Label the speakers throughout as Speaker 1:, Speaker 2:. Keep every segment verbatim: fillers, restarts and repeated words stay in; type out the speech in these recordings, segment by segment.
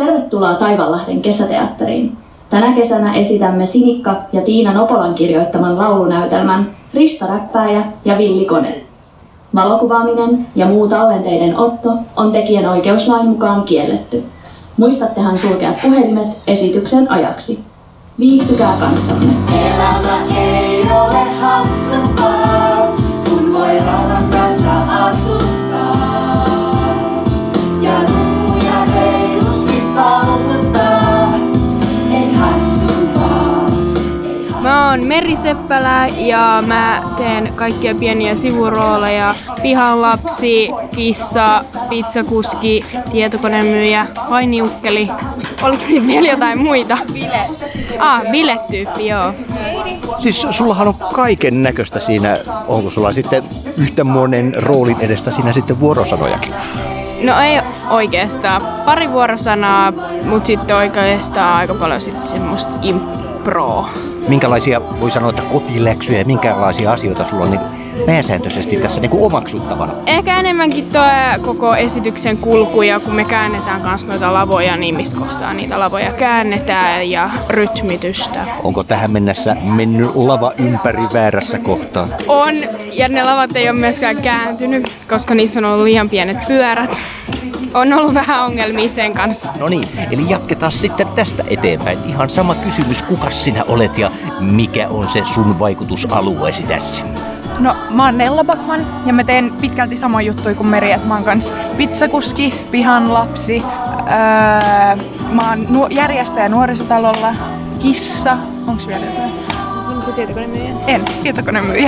Speaker 1: Tervetuloa Taivanlahden kesäteatteriin. Tänä kesänä esitämme Sinikka ja Tiina Nopolan kirjoittaman laulunäytelmän Risto Räppääjä ja Villi Kone. Valokuvaaminen ja muu tallenteiden otto on tekijänoikeuslain mukaan kielletty. Muistattehan sulkea puhelimet esityksen ajaksi. Viihtykää kanssamme.
Speaker 2: Elämä ei ole hassumpaa, kun voi rauhan kanssa asustaa. Ja nukuja reilusti paukuttaa, ei hassumpaa. Ei hassumpaa.
Speaker 3: Mä oon Meri Seppälä ja mä teen kaikkia pieniä sivurooleja. Pihan lapsi, kissa, pizzakuski, tietokonemyyjä, vainiukkeli. Oliko niitä vielä jotain muita? Bile. Ah, biletyyppi, joo.
Speaker 4: Siis sullahan on kaiken näköistä siinä. Onko sulla sitten yhtä monen roolin edestä siinä sitten vuorosanojakin?
Speaker 3: No ei oikeastaan. Pari vuorosanaa, mutta sitten oikeastaan aika paljon sitten semmoista improa.
Speaker 4: Minkälaisia, voi sanoa, että kotiläksyjä ja minkälaisia asioita sulla on niin pääsääntöisesti tässä niin kuin omaksuttavana?
Speaker 3: Ehkä enemmänkin tuo koko esityksen kulku ja kun me käännetään kanssa noita lavoja, niin mistä kohtaa niitä lavoja käännetään ja rytmitystä.
Speaker 4: Onko tähän mennessä mennyt lava ympäri väärässä kohtaa?
Speaker 3: On, ja ne lavat ei ole myöskään kääntynyt, koska niissä on ollut liian pienet pyörät. On ollut vähän ongelmia sen kanssa.
Speaker 4: No niin, eli jatketaan sitten tästä eteenpäin. Ihan sama kysymys, kuka sinä olet ja mikä on se sun vaikutusalueesi tässä?
Speaker 5: No, mä oon Nella Backman ja mä teen pitkälti samoja juttuja kuin Meri, että mä oon kans pizzakuski, pihan lapsi, öö, mä oon nu- järjestäjä nuorisotalolla, kissa, onks vielä jotain?
Speaker 3: Onko se tietokonemyyjä?
Speaker 5: En, tietokonemyyjä.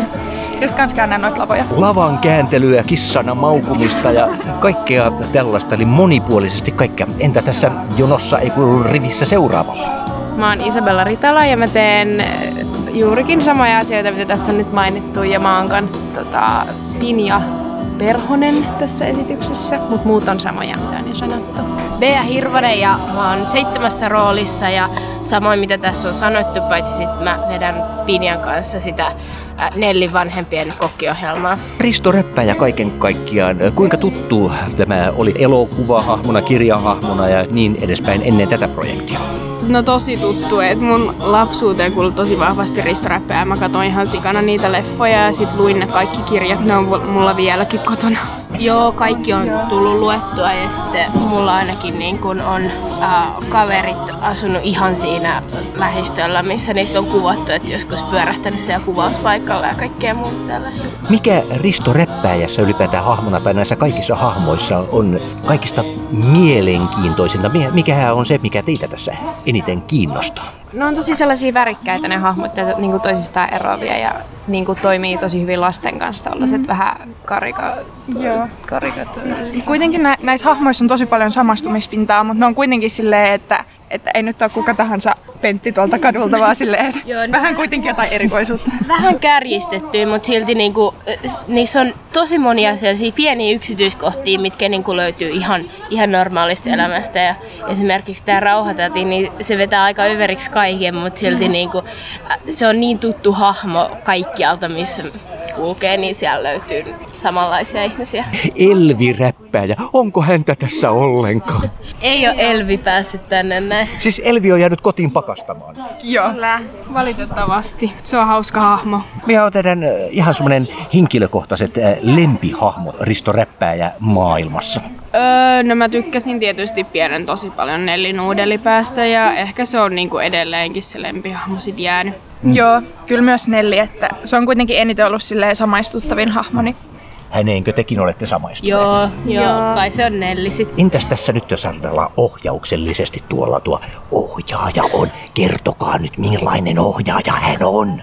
Speaker 5: Ja sit kans käännän noita lavoja.
Speaker 4: Lavan kääntelyä, kissana maukumista ja kaikkea tällaista, eli monipuolisesti kaikkea. Entä tässä jonossa, ei kun rivissä seuraavalla?
Speaker 3: Mä oon Isabella Ritala ja mä teen juurikin samoja asioita, mitä tässä on nyt mainittu. Ja mä oon kans tota, Pinja Perhonen tässä esityksessä, mut muut on samoja, mitä on jo sanottu.
Speaker 6: Bea Hirvonen ja mä oon seitsemässä roolissa ja samoin mitä tässä on sanottu, paitsi sit mä vedän Pinjan kanssa sitä Nellin vanhempien kokkiohjelmaa.
Speaker 4: Risto Räppääjä kaiken kaikkiaan. Kuinka tuttu tämä oli elokuvahahmona, kirjahahmona ja niin edespäin ennen tätä projektia?
Speaker 3: No tosi tuttu, että mun lapsuuteen kuului tosi vahvasti Risto Räppääjä. Mä katsoin ihan sikana niitä leffoja ja sit luin ne kaikki kirjat, ne on mulla vieläkin kotona.
Speaker 6: Joo, kaikki on tullut luettua ja sitten mulla ainakin niin kun on äh, kaverit asunut ihan siinä lähistöllä, missä niitä on kuvattu, että joskus pyörähtänyt siellä kuvauspaikalla ja kaikkea muuta tällaista.
Speaker 4: Mikä Risto Räppääjässä ylipäätään hahmona tai näissä kaikissa hahmoissa on kaikista mielenkiintoisinta? Mikähän on se, mikä teitä tässä eniten kiinnostaa?
Speaker 3: Ne on tosi sellaisia värikkäitä ne hahmot ja niin kuin toisistaan eroavia ja niin kuin toimii tosi hyvin lasten kanssa tollaset mm. vähän karika...
Speaker 5: Joo.
Speaker 3: karikat.
Speaker 5: Kuitenkin nä- näissä hahmoissa on tosi paljon samastumispintaa, mutta ne on kuitenkin silleen, että, että ei nyt ole kuka tahansa Pentti tuolta kadulta, vaan silleen, että
Speaker 6: Joo,
Speaker 5: vähän kuitenkin jotain erikoisuutta.
Speaker 6: Vähän kärjistettyä, mutta silti niinku, niissä on tosi monia sellaisia pieniä yksityiskohtia, mitkä niinku löytyy ihan, ihan normaalista elämästä. Ja esimerkiksi tämä Rauhatati, niin se vetää aika överiksi kaiken, mutta silti niinku, se on niin tuttu hahmo kaikkialta, missä kulkee, niin siellä löytyy samanlaisia ihmisiä.
Speaker 4: Elvi Räppääjä, onko häntä tässä ollenkaan?
Speaker 6: Ei ole Elvi päässyt tänne näin.
Speaker 4: Siis Elvi on jäänyt kotiin pakastamaan.
Speaker 5: Joo.
Speaker 3: Kyllä, valitettavasti. Se on hauska hahmo.
Speaker 4: Mikä on teidän äh, ihan semmoinen henkilökohtaiset äh, lempihahmot Risto Räppääjä maailmassa?
Speaker 3: Öö, no mä tykkäsin tietysti pienen tosi paljon Nelli Nuudelipäästä ja ehkä se on niinku edelleenkin se lempihahmo sit jäänyt.
Speaker 5: Mm. Joo, kyllä myös Nelli, että se on kuitenkin eniten ollut silleen samaistuttavin hahmoni.
Speaker 4: Häneenkö tekin olette samaistuneet?
Speaker 6: Joo, joo, kai se on Nelli sit.
Speaker 4: Entäs tässä nyt, jos ajatellaan ohjauksellisesti tuolla tuo ohjaaja on? Kertokaa nyt, millainen ohjaaja hän on.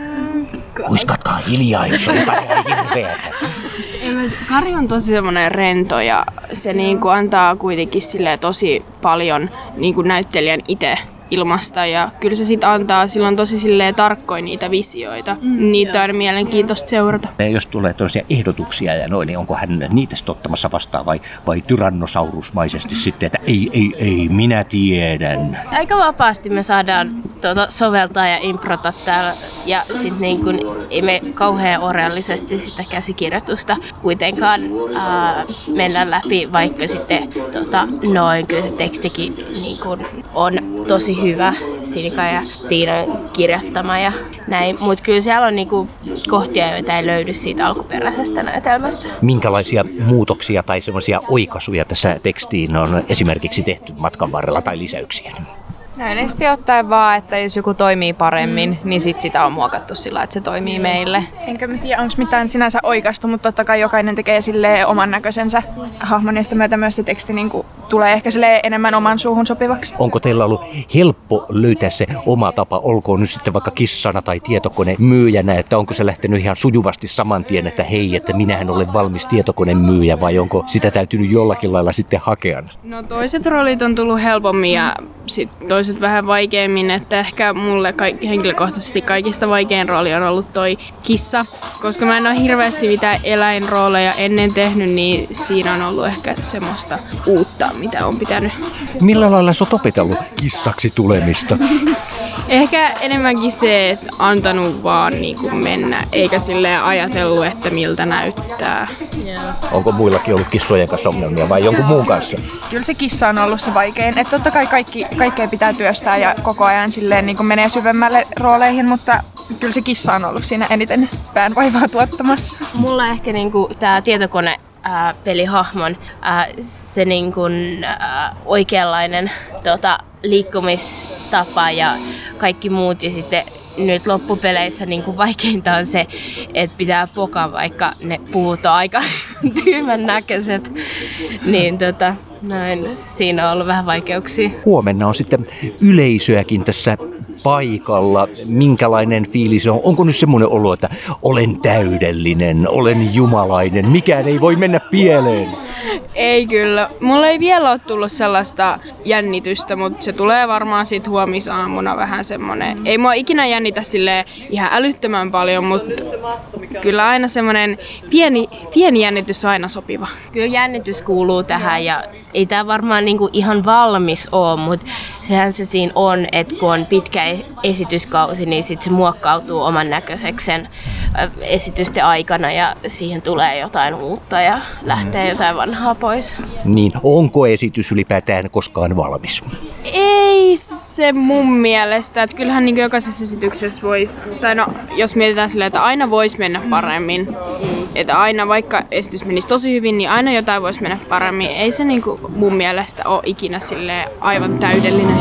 Speaker 4: Kuiskatkaa hiljaa, jos on jotain hirveätä.
Speaker 3: Kari on tosi semmoinen rento ja se niinku antaa kuitenkin silleen tosi paljon niinku näyttelijän itse ilmasta ja kyllä se sit antaa silloin tosi silleen tarkkoin niitä visioita. Mm, niitä joo. On mielenkiintoista seurata.
Speaker 4: Ja jos tulee toisia ehdotuksia ja noin, niin onko hän niitä ottamassa vastaan vai, vai tyrannosaurusmaisesti sitten, että ei, ei, ei, minä tiedän.
Speaker 6: Aika vapaasti me saadaan tuota soveltaa ja improta täällä Ja sitten niin kun, ei me kauhean orjallisesti sitä käsikirjoitusta kuitenkaan ää, mennä läpi, vaikka sitten tota, noin kyllä se tekstikin niin kun, on tosi hyvä, Sinikka ja Tiinan kirjoittama ja näin. Mutta kyllä siellä on niin kun, kohtia, joita ei löydy siitä alkuperäisestä näytelmästä.
Speaker 4: Minkälaisia muutoksia tai semmoisia oikaisuja tässä tekstiin on esimerkiksi tehty matkan varrella tai lisäyksiä?
Speaker 5: No yleisesti ottaen vaan, että jos joku toimii paremmin, niin sit sitä on muokattu sillä, että se toimii meille. Enkä mä tiedä, onko mitään sinänsä oikaistu, mutta totta kai jokainen tekee silleen oman näköisensä hahmon, ja sitä myötä myös se teksti niin kuin tulee ehkä silleen enemmän oman suuhun sopivaksi.
Speaker 4: Onko teillä ollut helppo löytää se oma tapa, olkoon nyt sitten vaikka kissana tai tietokone myyjänä, että onko se lähtenyt ihan sujuvasti saman tien, että hei, että minähän olen valmis tietokoneen myyjä, vai onko sitä täytynyt jollakin lailla sitten hakea?
Speaker 3: No toiset roolit on tullut helpommin ja sitten toiset vähän vaikeammin, että ehkä mulle kaik- henkilökohtaisesti kaikista vaikein rooli on ollut toi kissa, koska mä en ole hirveästi mitään eläinrooleja ennen tehnyt, niin siinä on ollut ehkä semmoista uutta, mitä on pitänyt.
Speaker 4: Millä lailla sä oot opetellut kissaksi tulemista?
Speaker 3: Ehkä enemmänkin se, että antanut vaan niin kuin mennä, eikä silleen ajatellut, että miltä näyttää.
Speaker 4: Onko muillakin ollut kissojen kanssa ongelmia vai jonkun muun kanssa?
Speaker 5: Kyllä se kissa on ollut se vaikein. Että totta kai kaikki, kaikkea pitää työstää ja koko ajan silleen niin kuin menee syvemmälle rooleihin, mutta kyllä se kissa on ollut siinä eniten päänvaivaa tuottamassa.
Speaker 6: Mulla ehkä niinku tää tietokone ää, pelihahmon ää, se niinku, ää, oikeanlainen tota, liikkumistapa ja kaikki muut ja sitten nyt loppupeleissä niin kuin vaikeinta on se, että pitää pokaa, vaikka ne puut on aika tyhmän näköiset. Niin tota, näin, siinä on ollut vähän vaikeuksia.
Speaker 4: Huomenna on sitten yleisöäkin tässä paikalla. Minkälainen fiilis on? Onko nyt semmoinen olo, että olen täydellinen, olen jumalainen, mikään ei voi mennä pieleen?
Speaker 3: Ei kyllä. Mulla ei vielä ole tullut sellaista jännitystä, mutta se tulee varmaan sit huomisaamuna vähän semmonen. Ei mua ikinä jännitä silleen ihan älyttömän paljon, mutta kyllä aina semmonen pieni, pieni jännitys on aina sopiva.
Speaker 6: Kyllä jännitys kuuluu tähän ja ei tää varmaan niinku ihan valmis ole, mutta sehän se siinä on, että kun on pitkä esityskausi, niin sit se muokkautuu oman näköiseksi sen esitysten aikana ja siihen tulee jotain uutta ja lähtee jotain vanhaa pois.
Speaker 4: Niin, onko esitys ylipäätään koskaan valmis?
Speaker 3: Ei se mun mielestä, että kyllähän niin jokaisessa esityksessä voisi, tai no jos mietitään silleen, että aina voisi mennä paremmin, että aina vaikka esitys menisi tosi hyvin, niin aina jotain voisi mennä paremmin. Ei se niin kuin mun mielestä ole ikinä silleen aivan täydellinen.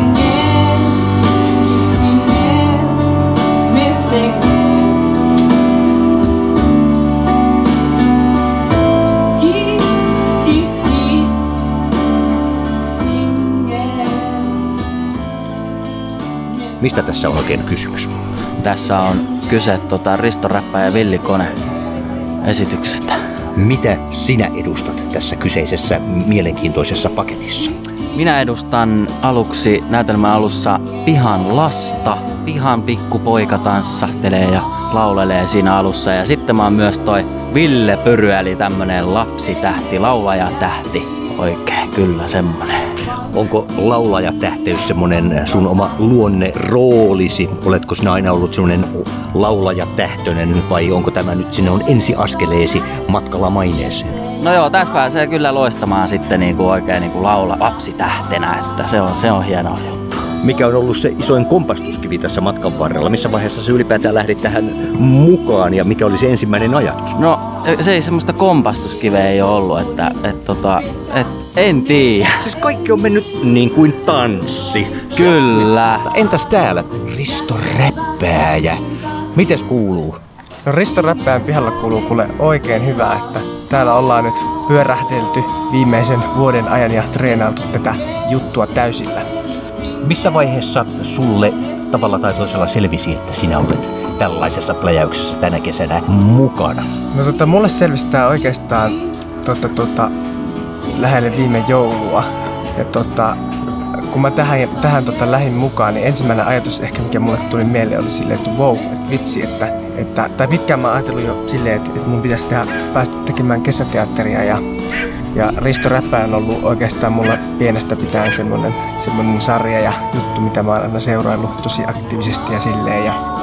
Speaker 4: Mistä tässä on oikein kysymys?
Speaker 7: Tässä on kyse tota, Risto Räppä ja Villi Kone esityksestä.
Speaker 4: Mitä sinä edustat tässä kyseisessä mielenkiintoisessa paketissa?
Speaker 7: Minä edustan aluksi näytelmän alussa pihan lasta. Pihan pikkupoika tanssahtelee ja laulelee siinä alussa. Ja sitten mä oon myös toi Ville Pöry, eli tämmönen lapsitähti, laulajatähti. Oikein, kyllä semmonen.
Speaker 4: Onko laulajatähteys semmonen sun oma luonne roolisi? Oletko sinä aina ollut semmonen laulajatähtöinen vai onko tämä nyt sinne on ensiaskeleesi matkalla maineeseen?
Speaker 7: No joo, tässä pääsee kyllä loistamaan sitten niinku oikein niinku laula lapsitähtenä, että se on, se on hieno juttu.
Speaker 4: Mikä on ollut se isoin kompastuskivi tässä matkan varrella? Missä vaiheessa se ylipäätään lähdit tähän mukaan ja mikä oli se ensimmäinen ajatus?
Speaker 7: No se ei semmoista kompastuskiveä ei ole ollut, että et, tota, et, en tiedä.
Speaker 4: Siis kaikki on mennyt niin kuin tanssi.
Speaker 7: Kyllä.
Speaker 4: Entäs täällä? Risto Räppääjä. Mites kuuluu?
Speaker 8: No Risto Räppään pihalla kuuluu kuule oikein hyvää, että täällä ollaan nyt pyörähdelty viimeisen vuoden ajan ja treenailtu tätä juttua täysillä.
Speaker 4: Missä vaiheessa sulle tavalla tai toisella selvisi, että sinä olet tällaisessa pläjäyksessä tänä kesänä mukana?
Speaker 8: No tota, mulle selvisi tää oikeastaan tota, tota, lähelle viime joulua. Ja tota, kun mä tähän, tähän tota, lähdin mukaan, niin ensimmäinen ajatus ehkä mikä mulle tuli mieleen oli silleen, että wow, että vitsi, että, että tai pitkään mä oon ajatellut jo silleen, että, että mun pitäisi tehdä, päästä tekemään kesäteatteria ja Ja Risto Räppä on ollut oikeastaan mulla pienestä pitäen semmonen, semmonen sarja ja juttu, mitä mä oon aina seuraillut tosi aktiivisesti ja silleen. Ja,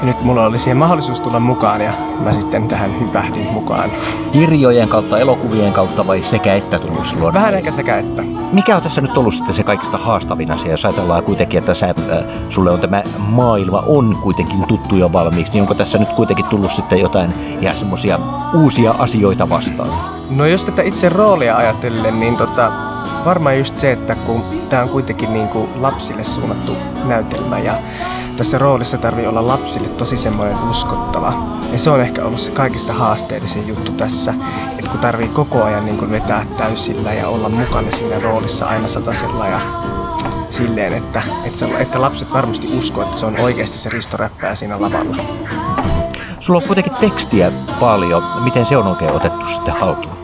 Speaker 8: Ja nyt mulla oli siihen mahdollisuus tulla mukaan ja mä sitten tähän hypähdin mukaan.
Speaker 4: Kirjojen kautta, elokuvien kautta vai sekä että tullut silloin?
Speaker 8: Vähän ehkä sekä että.
Speaker 4: Mikä on tässä nyt ollut sitten se kaikista haastavin asia, jos ajatellaan kuitenkin, että sä, äh, sulle on tämä maailma on kuitenkin tuttu jo valmiiksi, niin onko tässä nyt kuitenkin tullut sitten jotain ihan semmoisia uusia asioita vastaan?
Speaker 8: No jos tätä itse roolia ajatellen, niin tota, varmaan just se, että kun tää on kuitenkin niin kuin lapsille suunnattu näytelmä ja tässä roolissa tarvii olla lapsille tosi semmoinen uskottava. Ja se on ehkä ollut se kaikista haasteellisin juttu tässä, että kun tarvii koko ajan niin kuin vetää täysillä ja olla mukana siinä roolissa aina satasella ja silleen, että, että, se, että lapset varmasti uskoo, että se on oikeasti se Risto räppää siinä lavalla.
Speaker 4: Sulla on kuitenkin tekstiä paljon. Miten se on oikein otettu sitten haltuun?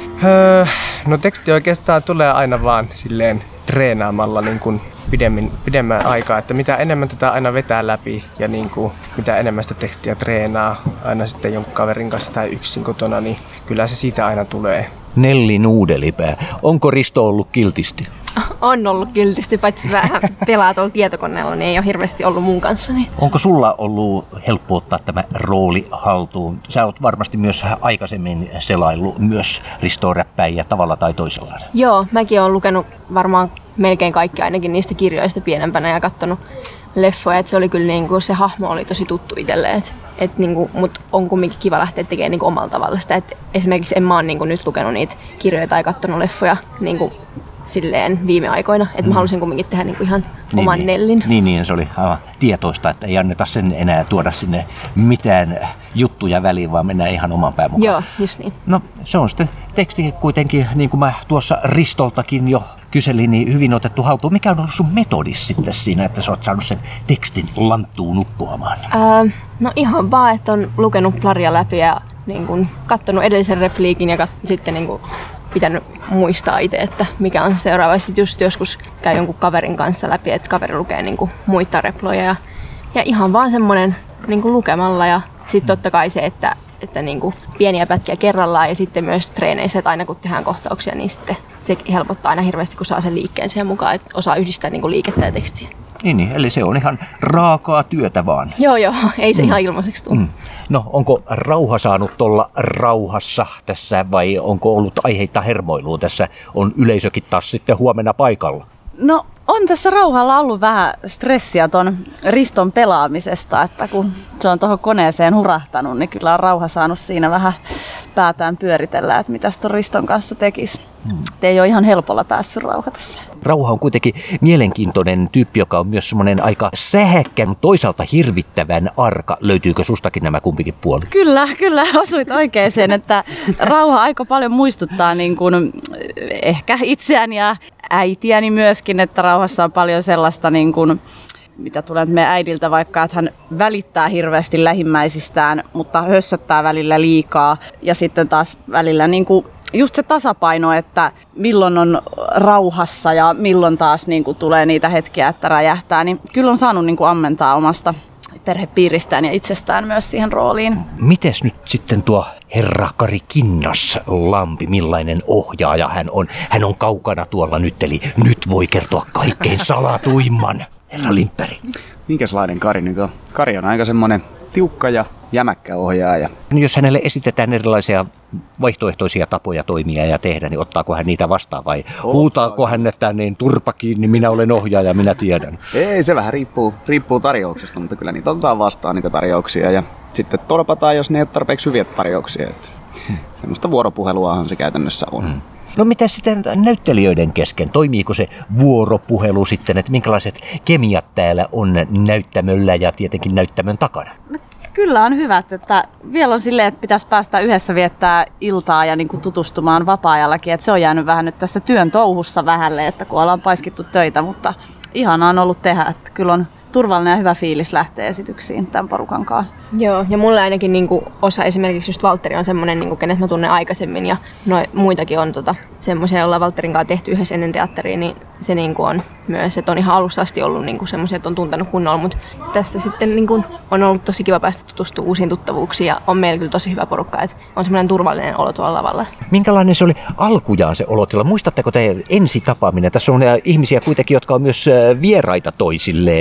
Speaker 8: Öö, no teksti oikeastaan tulee aina vaan silleen treenaamalla niin kuin pidemmin, pidemmän aikaa, että mitä enemmän tätä aina vetää läpi ja niin kuin, mitä enemmän sitä tekstiä treenaa aina sitten jonkun kaverin kanssa tai yksin kotona, niin kyllä se siitä aina tulee.
Speaker 4: Nelli Nuudelipää. Onko Risto ollut kiltisti?
Speaker 9: On ollut kiltisti, paitsi vähän pelaa tuolla tietokoneella, niin ei ole hirveästi ollut mun kanssa. Niin.
Speaker 4: Onko sulla ollut helppo ottaa tämä rooli haltuun? Sä oot varmasti myös aikaisemmin selaillut myös Ristoa räppäjiä tavalla tai toisella.
Speaker 9: Joo, mäkin olen lukenut varmaan melkein kaikki ainakin niistä kirjoista pienempänä ja katsonut leffoja. Et se oli kyllä niinku, se hahmo oli tosi tuttu itselle, et, et niinku, mutta on kumminkin kiva lähteä tekemään niinku omalla tavalla sitä. Et esimerkiksi en mä ole niinku nyt lukenut niitä kirjoja tai katsonut leffoja niinku, silleen viime aikoina, että mä halusin kumminkin tehdä niinku ihan
Speaker 4: niin,
Speaker 9: oman
Speaker 4: niin.
Speaker 9: Nellin.
Speaker 4: Niin, niin, se oli aivan tietoista, että ei anneta sen enää tuoda sinne mitään juttuja väliin, vaan mennään ihan oman pään mukaan.
Speaker 9: Joo, just niin.
Speaker 4: No se on sitten teksti kuitenkin, niin kuin mä tuossa Ristoltakin jo kyselin, niin hyvin otettu haltuun. Mikä on ollut sun metodis sitten siinä, että sä oot saanut sen tekstin lanttuun uppoamaan?
Speaker 9: Ää, no ihan vaan, että on lukenut plaria läpi ja niin kun, katsonut edellisen repliikin ja kat- sitten niin kun, pitänyt muistaa itse, että mikä on seuraava. Sitten just joskus käy jonkun kaverin kanssa läpi, että kaveri lukee niin kun, muita reploja ja, ja ihan vaan semmoinen niin kun lukemalla ja sitten totta kai se, että että niin kuin pieniä pätkiä kerrallaan ja sitten myös treeneissä, että aina kun tehdään kohtauksia, niin sitten se helpottaa aina hirveästi, kun saa sen liikkeen siihen mukaan, että osaa yhdistää niin kuin liikettä ja tekstiä.
Speaker 4: Niin, niin, eli se on ihan raakaa työtä vaan.
Speaker 9: Joo, joo, ei se mm. ihan ilmaiseksi tule. Mm.
Speaker 4: No, onko rauha saanut olla rauhassa tässä vai onko ollut aiheita hermoiluun tässä? On yleisökin taas sitten huomenna paikalla.
Speaker 10: No, on tässä rauhalla ollut vähän stressiä ton Riston pelaamisesta, että kun se on tuohon koneeseen hurahtanut, niin kyllä on rauha saanut siinä vähän päätään pyöritellä, että mitä ton Riston kanssa tekisi. Hmm. Ei ole ihan helpolla päässyt rauha tässä.
Speaker 4: Rauha on kuitenkin mielenkiintoinen tyyppi, joka on myös semmoinen aika sähäkkä, mutta toisaalta hirvittävän arka. Löytyykö sustakin nämä kumpikin puolet?
Speaker 10: Kyllä, kyllä osuit oikein sen, että rauha aika paljon muistuttaa niin kuin ehkä itseäni ja äitiäni myöskin, että rauhassa on paljon sellaista, niin kuin, mitä tulee meidän äidiltä vaikka, että hän välittää hirveästi lähimmäisistään, mutta hössöttää välillä liikaa ja sitten taas välillä niin kuin just se tasapaino, että milloin on rauhassa ja milloin taas niin kuin tulee niitä hetkiä, että räjähtää, niin kyllä on saanut niin kuin ammentaa omasta perhepiiristään ja itsestään myös siihen rooliin.
Speaker 4: Mites nyt sitten tuo herra Kari Kinnas-Lampi, millainen ohjaaja hän on? Hän on kaukana tuolla nyt, eli nyt voi kertoa kaikkein salatuimman. Herra Limpperi.
Speaker 11: Minkälainen Kari nyt on? Kari on aika semmoinen tiukka ja jämäkkä ohjaaja.
Speaker 4: No jos hänelle esitetään erilaisia vaihtoehtoisia tapoja toimia ja tehdä, niin ottaako hän niitä vastaan vai Ottaa. huutaako hän, että niin turpa kiinni, minä olen ohjaaja, minä tiedän?
Speaker 11: Ei, se vähän riippuu, riippuu tarjouksesta, mutta kyllä niitä otetaan vastaan niitä tarjouksia ja sitten torpataan, jos ne ei ole tarpeeksi hyviä tarjouksia. Että hmm. Semmoista vuoropuheluahan se käytännössä on. Hmm.
Speaker 4: No mitä sitten näyttelijöiden kesken? Toimiiko se vuoropuhelu sitten, että minkälaiset kemiat täällä on näyttämöllä ja tietenkin näyttämön takana?
Speaker 10: No, kyllä on hyvät, että vielä on silleen, että pitäisi päästä yhdessä viettää iltaa ja niin kuin tutustumaan vapaa-ajallakin, että se on jäänyt vähän nyt tässä työn touhussa vähälle, että kun ollaan paiskittu töitä, mutta ihanaa on ollut tehdä, että kyllä on turvallinen ja hyvä fiilis lähteä esityksiin tämän porukan kanssa.
Speaker 9: Joo, ja mulla ainakin niinku osa, esimerkiksi just Valtteri on semmoinen, niinku, kenet mä tunnen aikaisemmin, ja noi muitakin on tota, semmoisia, joilla Valtterin kanssa tehty yhdessä ennen teatteriin, niin se niinku on myös, että on ihan alussa asti ollut niinku semmoisia, että on tuntenut kunnolla, mutta tässä sitten niinku on ollut tosi kiva päästä tutustumaan uusiin tuttavuuksiin, ja on meillä kyllä tosi hyvä porukka, että on semmoinen turvallinen olo tuolla lavalla.
Speaker 4: Minkälainen se oli alkujaan se olotila? Muistatteko te ensitapaaminen? Tässä on ihmisiä kuitenkin, jotka on myös vieraita toisilleen.
Speaker 10: Mä en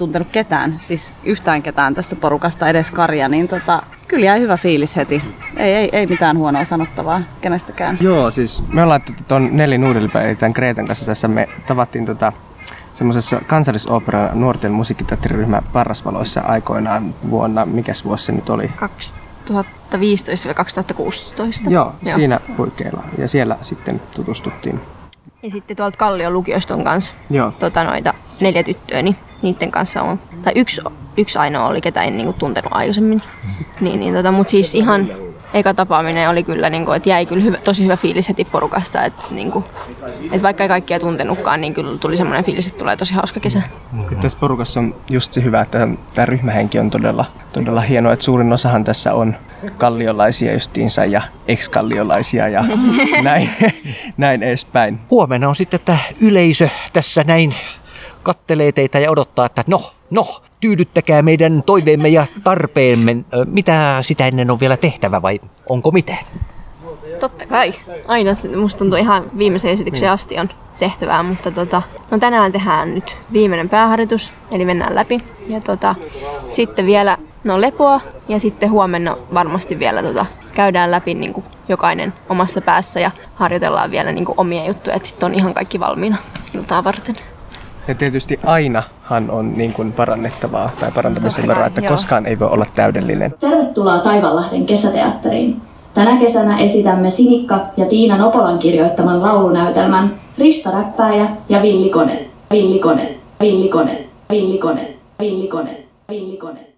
Speaker 10: tuntenut ketään, siis yhtään ketään tästä porukasta, edes Karja, niin tota, kyllä jäi hyvä fiilis heti. Ei, ei, ei mitään huonoa sanottavaa kenestäkään.
Speaker 8: Joo, siis me ollaan tuon Nelli Nuudelipä, eli tämän Greetan kanssa tässä me tavattiin tota, semmoisessa Kansallisooperan nuorten musiikkiteatteriryhmä Parrasvaloissa aikoinaan vuonna, mikäs vuosi se nyt oli?
Speaker 9: kaksituhattaviisitoista kaksituhattakuusitoista.
Speaker 8: Joo, Joo, siinä huikeilla. Ja siellä sitten tutustuttiin.
Speaker 9: Ja sitten tuolta Kallion lukioston kanssa
Speaker 8: Joo.
Speaker 9: Tota, noita neljä tyttöä, niin niiden kanssa on, tai yksi, yksi ainoa oli, ketä en niinku tuntenut aikaisemmin. Niin, niin, tota, mutta siis ihan eka tapaaminen oli kyllä, niinku, että jäi kyllä hyvä, tosi hyvä fiilis heti porukasta. Että niinku, et vaikka ei kaikkia tuntenutkaan, niin kyllä tuli semmoinen fiilis, että tulee tosi hauska kesä.
Speaker 8: Ja tässä porukassa on just se hyvä, että tämä ryhmähenki on todella, todella hieno. Että suurin osahan tässä on kalliolaisia justiinsa ja ex-kalliolaisia ja näin, näin edespäin.
Speaker 4: Huomenna on sitten, että yleisö tässä näin kattelee teitä ja odottaa, että no, no, tyydyttäkää meidän toiveemme ja tarpeemme. Mitä sitä ennen on vielä tehtävä vai onko mitään?
Speaker 9: Totta kai. Aina musta tuntuu ihan viimeisen esityksen asti on tehtävää, mutta tota, no tänään tehdään nyt viimeinen pääharjoitus, eli mennään läpi. Ja tota, sitten vielä no lepoa ja sitten huomenna varmasti vielä tota, käydään läpi niin kuin jokainen omassa päässä ja harjoitellaan vielä niin kuin omia juttuja, että sitten on ihan kaikki valmiina iltaa varten.
Speaker 8: Ja tietysti ainahan on niin kuin parannettavaa tai parantamisen verran, että
Speaker 9: joo.
Speaker 8: koskaan ei voi olla täydellinen.
Speaker 1: Tervetuloa Taivanlahden kesäteatteriin. Tänä kesänä esitämme Sinikka ja Tiina Nopolan kirjoittaman laulunäytelmän Risto Räppääjä ja Villikone. Villikone. Villikone. Villikone. Villikone. Villikone.